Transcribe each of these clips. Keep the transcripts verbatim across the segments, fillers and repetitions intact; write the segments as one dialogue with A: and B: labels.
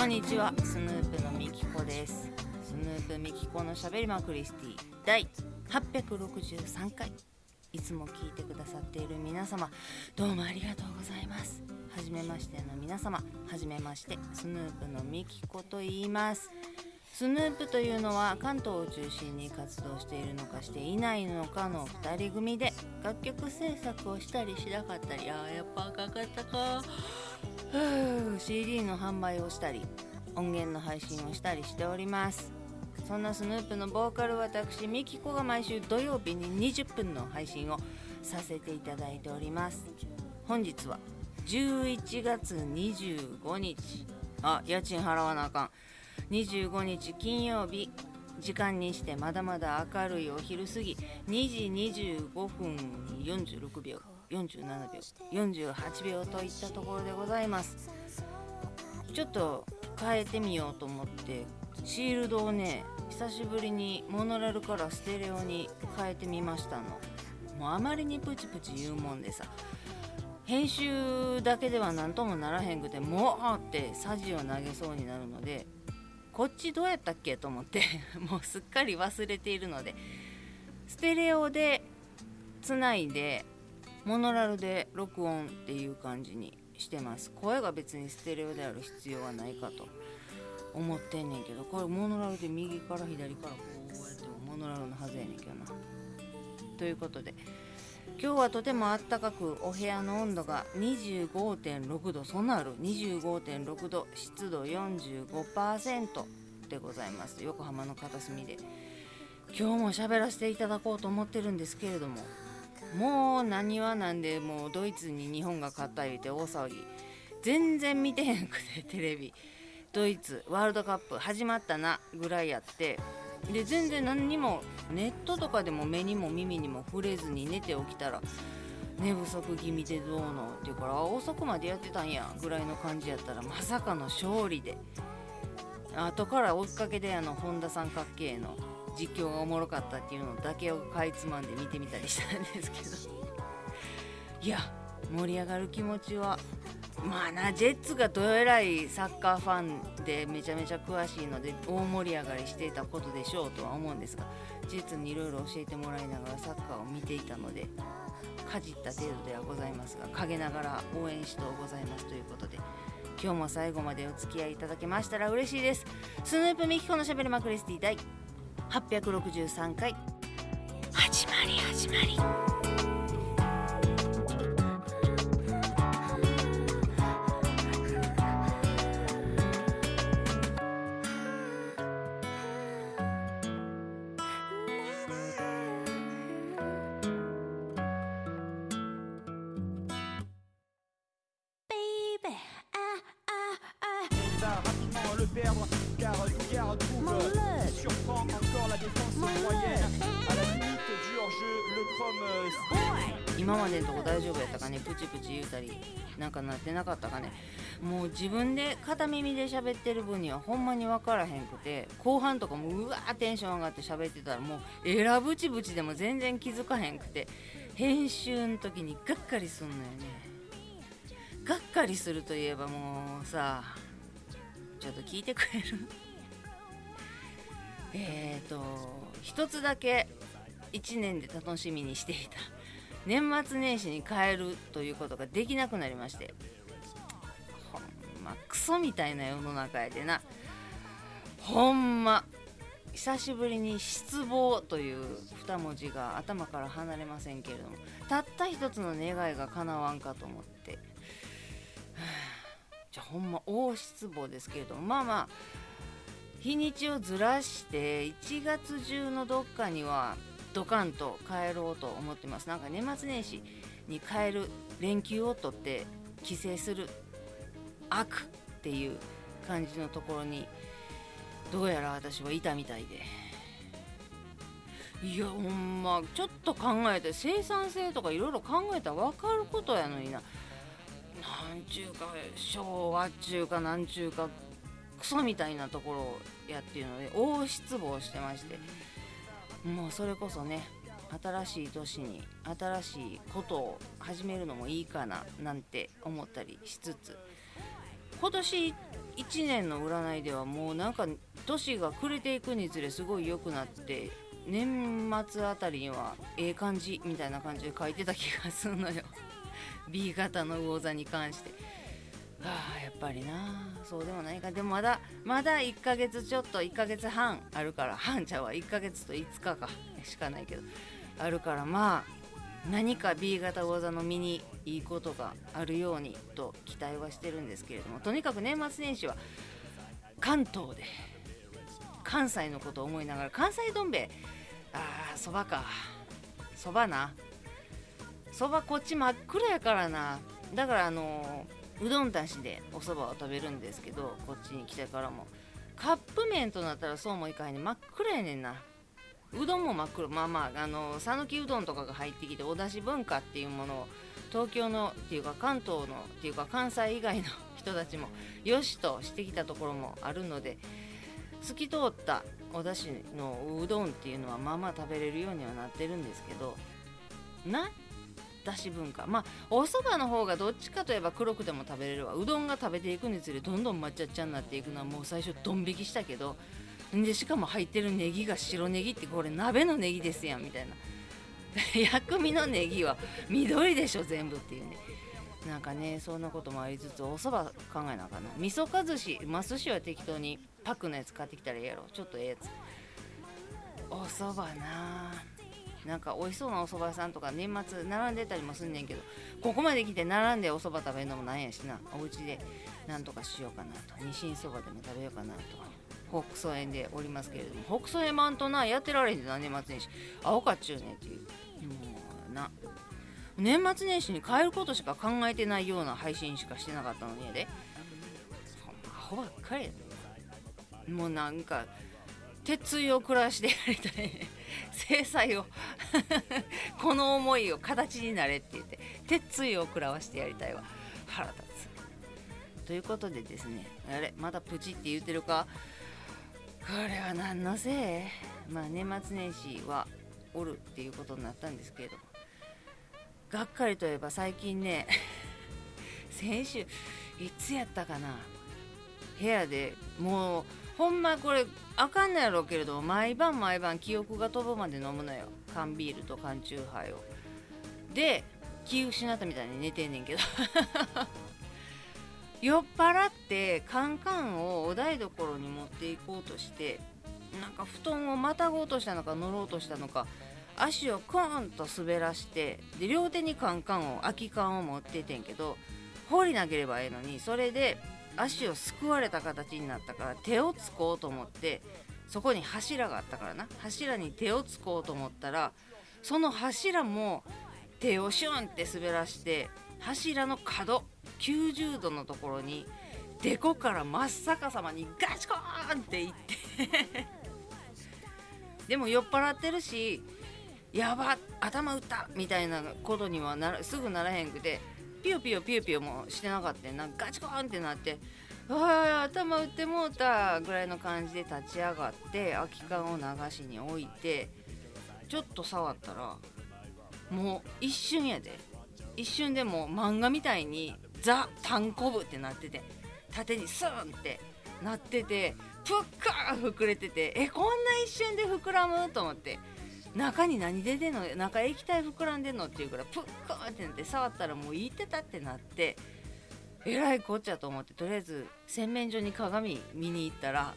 A: んにちは、スヌープのみきこです。スヌープみきこのしゃべりまクリスティだいはっぴゃくろくじゅうさんかい、いつも聞いてくださっている皆様、どうもありがとうございます。はじめましての皆様、はじめまして、スヌープのみきこと言います。スヌープというのは関東を中心に活動しているのかしていないのかのふたり組で、楽曲制作をしたりしなかったり、あーやっぱ赤かったかシーディー の販売をしたり、音源の配信をしたりしております。そんなスヌープのボーカル私みきこが毎週土曜日ににじゅっぷんの配信をさせていただいております。本日はじゅういちがつにじゅうごにち、あ、家賃払わなあかん。にじゅうごにち金曜日、時間にしてまだまだ明るいお昼過ぎ、にじにじゅうごふんによんじゅうろくびょう、よんじゅうななびょう、よんじゅうはちびょうといったところでございます。ちょっと変えてみようと思ってシールドをね、久しぶりにモノラルからステレオに変えてみましたの。もうあまりにプチプチ言うもんでさ、編集だけでは何ともならへんくて、もうってサジを投げそうになるので、こっちどうやったっけと思ってもうすっかり忘れているので、ステレオでつないでモノラルで録音っていう感じにしてます。声が別にステレオである必要はないかと思ってんねんけど、これモノラルで右から左からこうやってもモノラルのはずやねんけどな。ということで今日はとてもあったかく、お部屋の温度が にじゅうごてんろくど、そんなある にじゅうごてんろくど、湿度 よんじゅうごパーセント でございます。横浜の片隅で今日も喋らせていただこうと思ってるんですけれども、もう何はなんで、もうドイツに日本が勝った言うて大騒ぎ、全然見てへんくて、テレビドイツワールドカップ始まったなぐらいやって、で全然何にもネットとかでも目にも耳にも触れずに寝て起きたら、寝不足気味でどうのっていうから、あ、遅くまでやってたんやぐらいの感じやったら、まさかの勝利で、後から追っかけであの本田三角形の実況がおもろかったっていうのだけをかいつまんで見てみたりしたんですけどいや盛り上がる気持ちはまあな、ジェッツがどえらいサッカーファンでめちゃめちゃ詳しいので大盛り上がりしていたことでしょうとは思うんですが、ジェッツにいろいろ教えてもらいながらサッカーを見ていたので、かじった程度ではございますが、陰ながら応援しとうございますということで、今日も最後までお付き合いいただけましたら嬉しいです。スヌープみきこのしゃべりまクリスティだいはっぴゃくろくじゅうさんかい、始まり始まり。今までのとこ大丈夫やったかね、プチプチ言うたりなんかなってなかったかね。もう自分で片耳で喋ってる分にはほんまに分からへんくて、後半とかもうわーテンション上がって喋ってたら、もうえらブチブチでも全然気づかへんくて、編集の時にがっかりすんのよね。がっかりするといえば、もうさ、ちょっと聞いてくれるえーと一つだけいちねんで楽しみにしていた年末年始に帰るということができなくなりまして、ほんまクソみたいな世の中やでな。ほんま久しぶりに失望という二文字が頭から離れませんけれども、たった一つの願いが叶わんかと思って、じゃほんま大失望ですけれども、まあまあ日にちをずらしていちがつ中のどっかにはドカンと帰ろうと思ってます。なんか年末年始に帰る、連休を取って帰省する悪っていう感じのところにどうやら私はいたみたいで、いやほんまちょっと考えて、生産性とかいろいろ考えたら分かることやのにな、なんちゅうか昭和っちゅうかなんちゅうかクソみたいなところやっていうので大失望してまして、もうそれこそね、新しい年に新しいことを始めるのもいいかななんて思ったりしつつ、 今年いちねんの占いではもうなんか年が暮れていくにつれすごい良くなって、年末あたりにはええ感じみたいな感じで書いてた気がするのよB 型の魚座に関して。はあ、やっぱりな、そうでもないか。でもまだまだいっかげつちょっと、いっかげつはんあるから、半ちゃうはいっかげつといつかかしかないけどあるから、まあ何か B 型魚座の身にいいことがあるようにと期待はしてるんですけれども、とにかく年末年始は関東で関西のことを思いながら、関西どん兵衛、あーそばか、そばな、そばこっち真っ暗やからな。だからあのーうどんだしでお蕎麦を食べるんですけど、こっちに来てからもカップ麺となったらそうもいかへんねん、真っ暗やねんな。うどんも真っ黒、まあまああの讃岐うどんとかが入ってきて、お出汁文化っていうものを東京のっていうか関東のっていうか関西以外の人たちもよしとしてきたところもあるので、透き通ったお出汁のうどんっていうのはまあまあ食べれるようにはなってるんですけどな。だし文化、まあお蕎麦の方がどっちかといえば黒くても食べれるわ。うどんが食べていくにつれどんどん抹茶っちゃになっていくのはもう最初ドン引きしたけど、でしかも入ってるネギが白ネギって、これ鍋のネギですやんみたいな薬味のネギは緑でしょ全部っていうね。なんかね、そんなこともありつつお蕎麦考えなあかんな。味噌かずし、まあ寿司は適当にパックのやつ買ってきたらええやろ、ちょっとええやつ。お蕎麦なあ、なんか美味しそうなお蕎麦屋さんとか年末並んでたりもすんねんけど、ここまで来て並んでお蕎麦食べるのもなんやしな、お家でなんとかしようかなと、ニシンそばでも食べようかなと北総園でおりますけれども、北総園マンとなやってられへんでな、年末年始青かっちゅうねんっていう、もうな、年末年始に変えることしか考えてないような配信しかしてなかったのにやで、そんなアホばっかりやで。もうなんか鉄意を暮らしてやりたいね制裁をこの思いを形になれって言って鉄意を食らわしてやりたいわ、腹立つ。ということでですね、あれまだプチって言ってるか、これは何のせい。まあ年末年始はおるっていうことになったんですけれども、がっかりといえば最近ね先週いつやったかな、部屋でもうほんまこれあかんのやろうけれど、毎晩毎晩記憶が飛ぶまで飲むのよ、缶ビールと缶チューハイを。で気失ったみたいに寝てんねんけど酔っ払ってカンカンをお台所に持っていこうとして、なんか布団をまたごうとしたのか乗ろうとしたのか、足をコーンと滑らして、で両手にカンカンを空き缶を持っててんけど、放り投げればええのに、それで足をすくわれた形になったから手をつこうと思って、そこに柱があったからな、柱に手をつこうと思ったら、その柱も手をシュンって滑らして、柱の角きゅうじゅうどのところにデコから真っ逆さまにガチコーンっていってでも酔っ払ってるし、やば頭打ったみたいなことにはならすぐならへんくて、ピヨピヨピヨピヨもしてなかったんな。ガチコーンってなって、あ頭打ってもうたぐらいの感じで立ち上がって、空き缶を流しに置いて、ちょっと触ったらもう一瞬やで、一瞬でもう漫画みたいにザ・タンコブってなってて、縦にスーンってなってて、ぷっかー膨れてて、えこんな一瞬で膨らむと思って、中に何出てんの、中液体膨らんでんのっていうから、ぷっかーってなって、触ったらもういってたってなって、えらいこっちゃと思って、とりあえず洗面所に鏡見に行ったら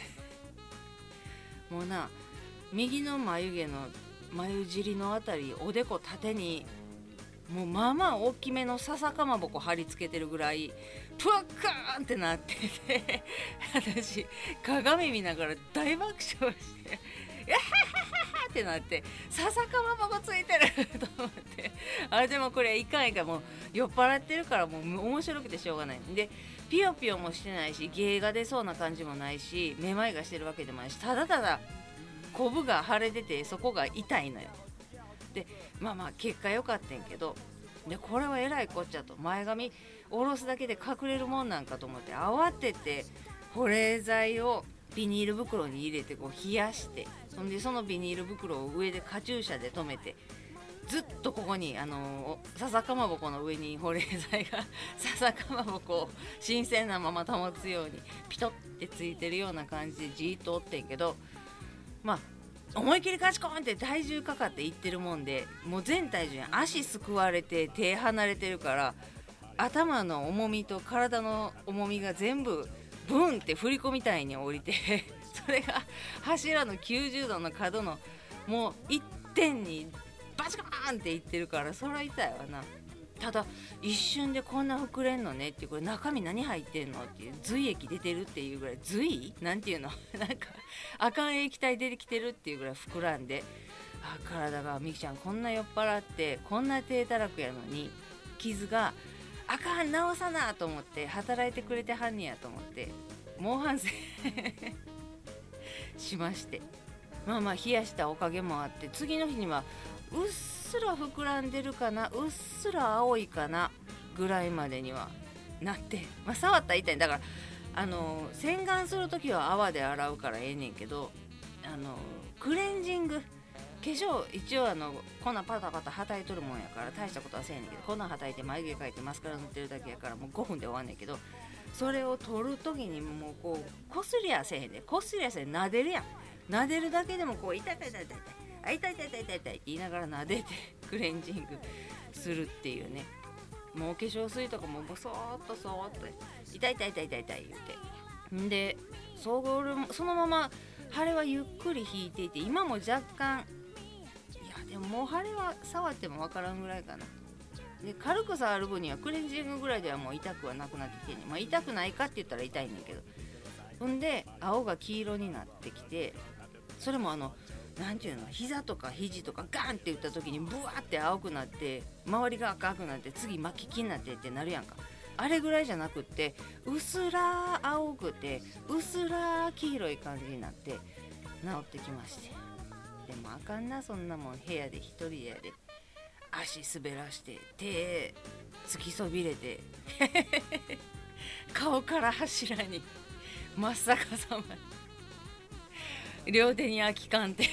A: もうな、右の眉毛の眉尻のあたり、おでこ縦にもうまあまあ大きめの笹かまぼこ貼り付けてるぐらいプワッカーンってなってて私鏡見ながら大爆笑してやはははってなって、笹かまぼこついてると思って、あれでもこれいかんいかん、もう酔っ払ってるからもう面白くてしょうがないで、ピヨピヨもしてないし、芸が出そうな感じもないし、めまいがしてるわけでもないし、ただただコブが腫れててそこが痛いのよ。でまあまあ結果良かったんけど、でこれはえらいこっちゃと、前髪下ろすだけで隠れるもんなんかと思って慌てて保冷剤をビニール袋に入れてこう冷やして、そんでそのビニール袋を上でカチューシャで留めてずっとここにあの笹かまぼこの上に保冷剤が笹かまぼこを新鮮なまま保つようにピトってついてるような感じでじーっとおってんけど、まあ思い切りカチコンって体重かかっていってるもんで、もう全体重に足すくわれて手離れてるから、頭の重みと体の重みが全部ブンって振り子みたいに降りてそれが柱のきゅうじゅうどの角のもう一点にバチコーンっていってるから、それは痛いわな。ただ一瞬でこんな膨れんのねっていう、これ中身何入ってんのっていう、髄液出てるっていうぐらい、髄なんていうのなんかあかん液体出てきてるっていうぐらい膨らんで、あ体がみきちゃんこんな酔っ払ってこんな低たらくやのに傷があかん治さなと思って働いてくれてはんねやと思って猛反省しまして、まあまあ冷やしたおかげもあって次の日にはうっすら膨らんでるかな、うっすら青いかなぐらいまでにはなって、まあ、触ったら痛い。だからあの洗顔するときは泡で洗うからええねんけど、あのクレンジング化粧一応あの粉パタパタはたいとるもんやから大したことはせえへんねんけど、粉はたいて眉毛描いてマスカラ塗ってるだけやからもうごふんで終わんねんけど、それを取るときにもうこうこすりやせえへんで、こすりやせえへん、撫でるやん、撫でるだけでもこう痛い痛い痛い痛い痛い痛い痛い痛い痛い痛いって言いながら撫でてクレンジングするっていうね。もう化粧水とかもそーっとそーっと痛い痛い痛い痛い痛い言うてんで、そそのまま腫れはゆっくり引いていて、今も若干、いやでももう腫れは触ってもわからんぐらいかな。で軽く触る分にはクレンジングぐらいではもう痛くはなくなってきてんねん。まあ痛くないかって言ったら痛いねんけど、ほんで青が黄色になってきて、それもあのなんていうの、膝とか肘とかガンって打った時にブワーって青くなって周りが赤くなって次巻き木になってってなるやんか。あれぐらいじゃなくって、うすら青くてうすら黄色い感じになって治ってきまして、でもあかんな、そんなもん部屋で一人でやで足滑らして手突きそびれて顔から柱に真っ逆さまに両手に空き缶って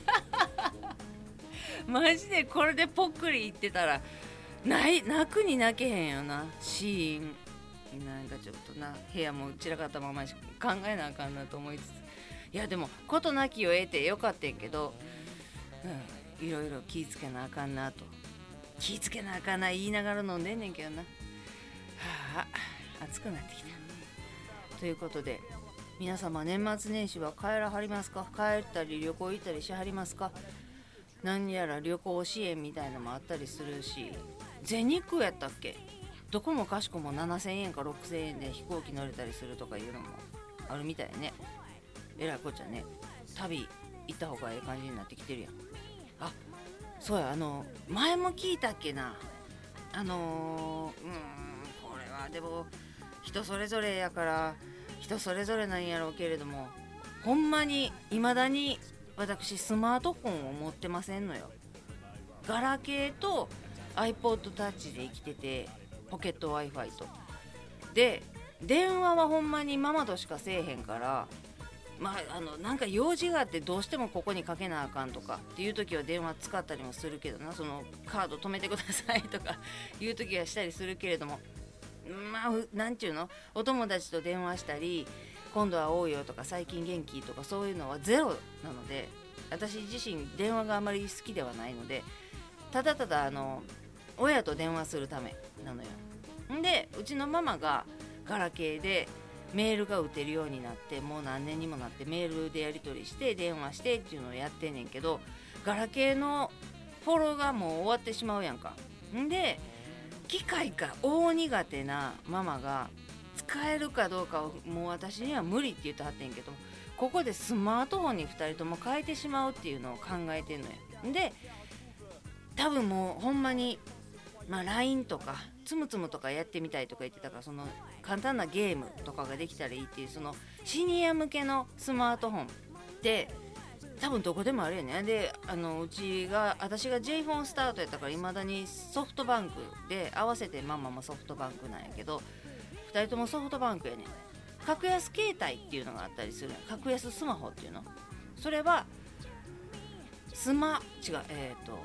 A: マジでこれでぽっくりいってたらない泣くに泣けへんよな。シーンなんかちょっとな部屋も散らかったままに考えなあかんなと思いつつ、いやでも事なきを得てよかったんけど、うん、いろいろ気ぃつけなあかんなと、気ぃつけなあかんな言いながら飲んでんねんけどな。はあ暑くなってきた。ということで皆様年末年始は帰らはりますか？帰ったり旅行行ったりしはりますか？何やら旅行支援みたいなのもあったりするし、全日空やったっけ、どこもかしこもななせんえんかろくせんえんで飛行機乗れたりするとかいうのもあるみたいね。えらいこっちゃね、旅行った方がええ感じになってきてるやん。あ、そうや、あの前も聞いたっけな、あのー、うーんこれはでも人それぞれやから人それぞれなんやろうけれども、ほんまに未だに私スマートフォンを持ってませんのよ。ガラケーと iPod Touch で生きてて、ポケット Wi-Fi とで、電話はほんまにママとしかせえへんから、まああのなんか用事があってどうしてもここにかけなあかんとかっていう時は電話使ったりもするけどな、そのカード止めてくださいとかいう時はしたりするけれども、まあなんちゅうの、お友達と電話したり今度は多いよとか最近元気とかそういうのはゼロなので、私自身電話があまり好きではないので、ただただあの親と電話するためなのよ。んでうちのママがガラケーでメールが打てるようになって、もう何年にもなってメールでやり取りして電話してっていうのをやってんねんけど、ガラケーのフォローがもう終わってしまうやんか。んで機械が大苦手なママが使えるかどうかをもう私には無理って言ってはってんけど、ここでスマートフォンにふたりとも変えてしまうっていうのを考えてんのよ。で多分もうほんまに、まあ、ライン とかつむつむとかやってみたいとか言ってたから、その簡単なゲームとかができたらいいっていう、そのシニア向けのスマートフォンって多分どこでもあるよね。であのうちが私が J フォンスタートやったから未だにソフトバンクで合わせてママもソフトバンクなんやけど、ふたりともソフトバンクやねん。格安携帯っていうのがあったりする。格安スマホっていうの、それはスマ違うえっ、ー、と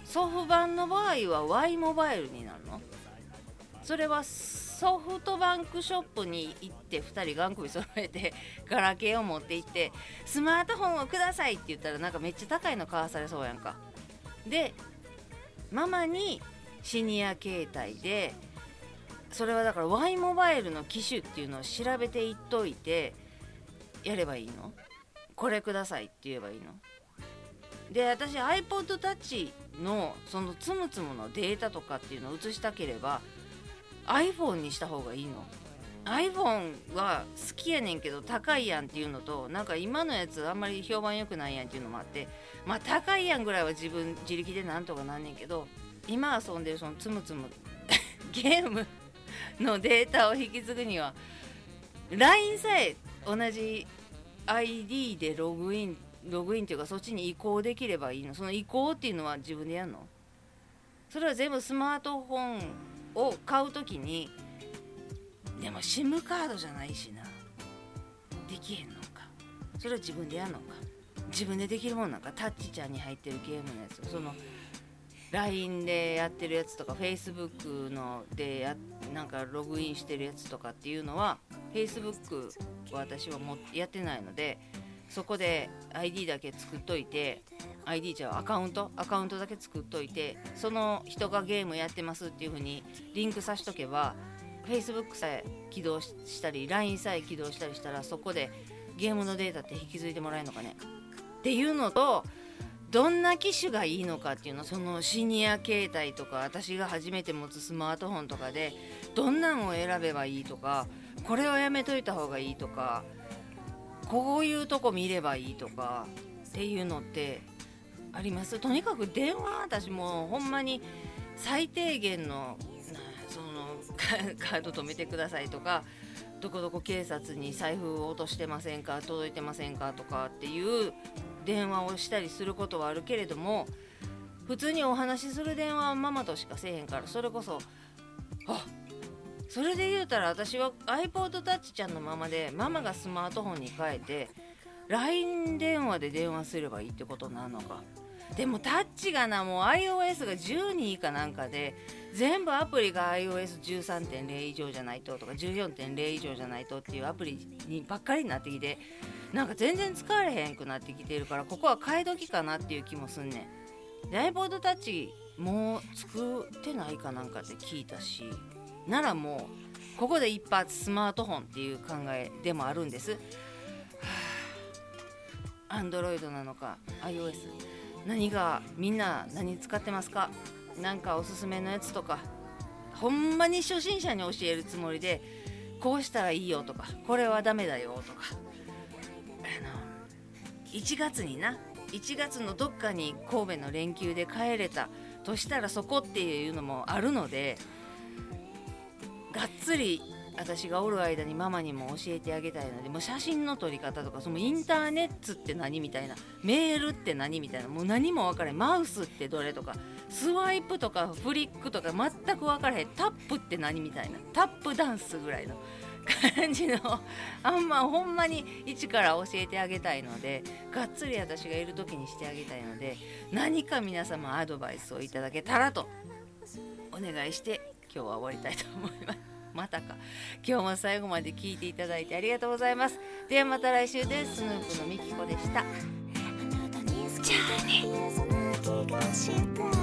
A: ソフ版の場合は Y モバイルになるの？それはソフトバンクショップに行ってふたりガン首揃えてガラケーを持って行ってスマートフォンをくださいって言ったらなんかめっちゃ高いの買わされそうやんか。でママにシニア携帯で、それはだから Y モバイルの機種っていうのを調べていっといてやればいいの？これくださいって言えばいいの？で私 iPod Touch のそのつむつむのデータとかっていうのを移したければ iPhone にした方がいいの？ iPhone は好きやねんけど高いやんっていうのと、なんか今のやつあんまり評判良くないやんっていうのもあって、まあ高いやんぐらいは自分自力でなんとかなんねんけど、今遊んでるそのつむつむゲームのデータを引き継ぐには ライン さえ同じ アイディー でログインログインっていうかそっちに移行できればいいの？その移行っていうのは自分でやるの？それは全部スマートフォンを買うときに、でも SIM カードじゃないしな、できへんのか。それは自分でやるのか。自分でできるもんなんか。タッチちゃんに入ってるゲームのやつ、その ライン でやってるやつとか Facebook のでやなんかログインしてるやつとかっていうのは Facebook は私はもやってないので、そこで アイディー だけ作っといて、 アイディー じゃアカウントアカウントだけ作っといて、その人がゲームやってますっていう風にリンクさしとけば Facebook さえ起動したり ライン さえ起動したりしたら、そこでゲームのデータって引き継いでもらえるのかねっていうのと、どんな機種がいいのかっていうの、そのシニア携帯とか私が初めて持つスマートフォンとかでどんなんを選べばいいとか、これはやめといた方がいいとか、こういうとこ見ればいいとかっていうのってあります？とにかく電話、私もうほんまに最低限のそのカード止めてくださいとか、どこどこ警察に財布を落としてませんか、届いてませんかとかっていう電話をしたりすることはあるけれども、普通にお話しする電話はママとしかせえへんから、それこそあそれで言うたら私は iPod Touch ちゃんのままで、ママがスマートフォンに変えて ライン 電話で電話すればいいってことなのか。でもタッチがな、もう iOS がじゅうにいかなんかで、全部アプリが アイオーエスじゅうさんてんゼロ 以上じゃないととか じゅうよんてんゼロ 以上じゃないとっていうアプリにばっかりになってきて、なんか全然使われへんくなってきてるから、ここは買い時かなっていう気もすんねん。で iPod Touch もう作ってないかなんかって聞いたし、ならもうここで一発スマートフォンっていう考えでもあるんです。Android なのか iOS、 何がみんな何使ってますか？なんかおすすめのやつとか、ほんまに初心者に教えるつもりで、こうしたらいいよとか、これはダメだよとか、あのいちがつにないちがつのどっかに神戸の連休で帰れたとしたらそこっていうのもあるので、がっつり私がおる間にママにも教えてあげたいので、もう写真の撮り方とか、そのインターネットって何みたいな、メールって何みたいな、もう何も分からへん。マウスってどれとか、スワイプとかフリックとか全く分からへん。タップって何みたいな、タップダンスぐらいの感じの、あんまほんまに一から教えてあげたいので、がっつり私がいる時にしてあげたいので、何か皆様アドバイスをいただけたらとお願いして今日は終わりたいと思います。またか。今日も最後まで聞いていただいてありがとうございます。ではまた来週です。スヌープのみきこでした。じゃあね。